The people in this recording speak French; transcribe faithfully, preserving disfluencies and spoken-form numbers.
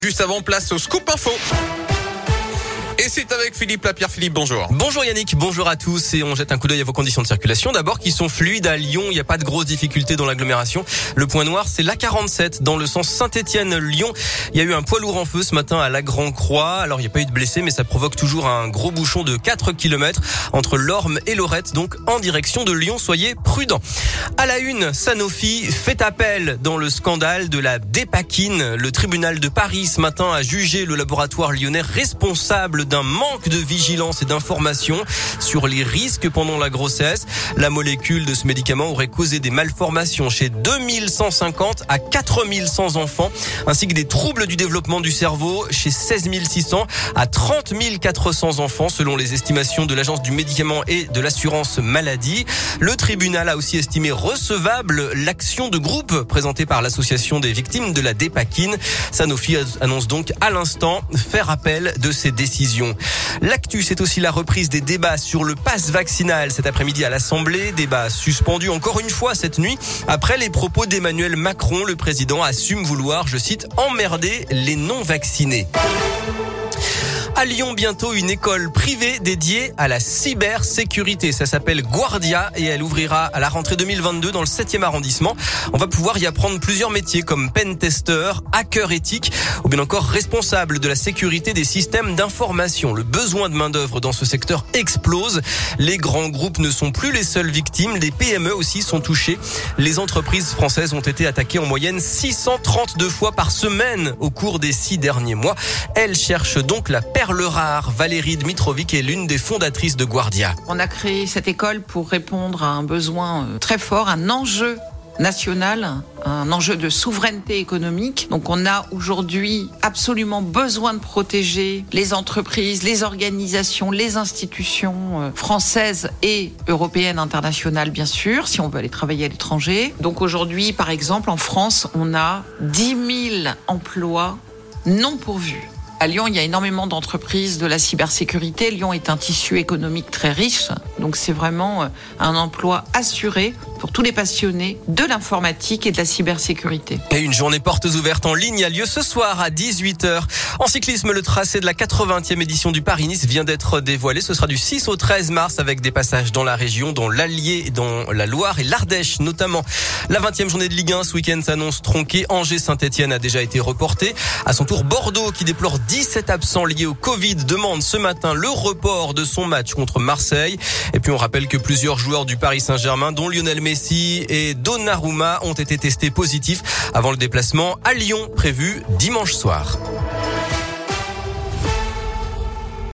Juste avant, place au Scoop Info. Et c'est avec Philippe Lapierre. Philippe, bonjour. Bonjour Yannick, bonjour à tous et on jette un coup d'œil à vos conditions de circulation. D'abord qui sont fluides à Lyon, il n'y a pas de grosses difficultés dans l'agglomération. Le point noir, c'est l'A quarante-sept dans le sens Saint-Étienne-Lyon. Il y a eu un poids lourd en feu ce matin à la Grand-Croix. Alors il n'y a pas eu de blessés mais ça provoque toujours un gros bouchon de quatre kilomètres entre l'Orme et Lorette, donc en direction de Lyon. Soyez prudents. À la une, Sanofi fait appel dans le scandale de la Dépakine. Le tribunal de Paris ce matin a jugé le laboratoire lyonnais responsable d'un manque de vigilance et d'information sur les risques pendant la grossesse. La molécule de ce médicament aurait causé des malformations chez deux mille cent cinquante à quatre mille cent enfants, ainsi que des troubles du développement du cerveau chez seize mille six cents à trente mille quatre cents enfants, selon les estimations de l'Agence du médicament et de l'assurance maladie. Le tribunal a aussi estimé recevable l'action de groupe présentée par l'association des victimes de la Dépakine. Sanofi annonce donc à l'instant faire appel de ces décisions. L'actu, c'est aussi la reprise des débats sur le pass vaccinal cet après-midi à l'Assemblée. Débat suspendu encore une fois cette nuit après les propos d'Emmanuel Macron. Le président assume vouloir, je cite, emmerder les non-vaccinés. À Lyon, bientôt une école privée dédiée à la cybersécurité. Ça s'appelle Guardia et elle ouvrira à la rentrée deux mille vingt-deux dans le septième arrondissement. On va pouvoir y apprendre plusieurs métiers comme pentester, hacker éthique ou bien encore responsable de la sécurité des systèmes d'information. Le besoin de main-d'œuvre dans ce secteur explose. Les grands groupes ne sont plus les seules victimes. Les P M E aussi sont touchées. Les entreprises françaises ont été attaquées en moyenne six cent trente-deux fois par semaine au cours des six derniers mois. Elles cherchent donc la perle rare. Valérie Dmitrovic est l'une des fondatrices de Guardia. On a créé cette école pour répondre à un besoin très fort, un enjeu national, un enjeu de souveraineté économique. Donc on a aujourd'hui absolument besoin de protéger les entreprises, les organisations, les institutions françaises et européennes, internationales bien sûr, si on veut aller travailler à l'étranger. Donc aujourd'hui, par exemple, en France, on a dix mille emplois non pourvus. À Lyon, il y a énormément d'entreprises de la cybersécurité. Lyon est un tissu économique très riche. Donc c'est vraiment un emploi assuré pour tous les passionnés de l'informatique et de la cybersécurité. Et une journée portes ouvertes en ligne a lieu ce soir à dix-huit heures. En cyclisme, le tracé de la quatre-vingtième édition du Paris-Nice vient d'être dévoilé. Ce sera du six au treize mars avec des passages dans la région, dans l'Allier, dans la Loire et l'Ardèche notamment. La vingtième journée de Ligue un ce week-end s'annonce tronquée. Angers-Saint-Etienne a déjà été reportée. À son tour, Bordeaux, qui déplore dix-sept absents liés au Covid, demande ce matin le report de son match contre Marseille. Et puis on rappelle que plusieurs joueurs du Paris Saint-Germain, dont Lionel Messi et Donnarumma, ont été testés positifs avant le déplacement à Lyon prévu dimanche soir.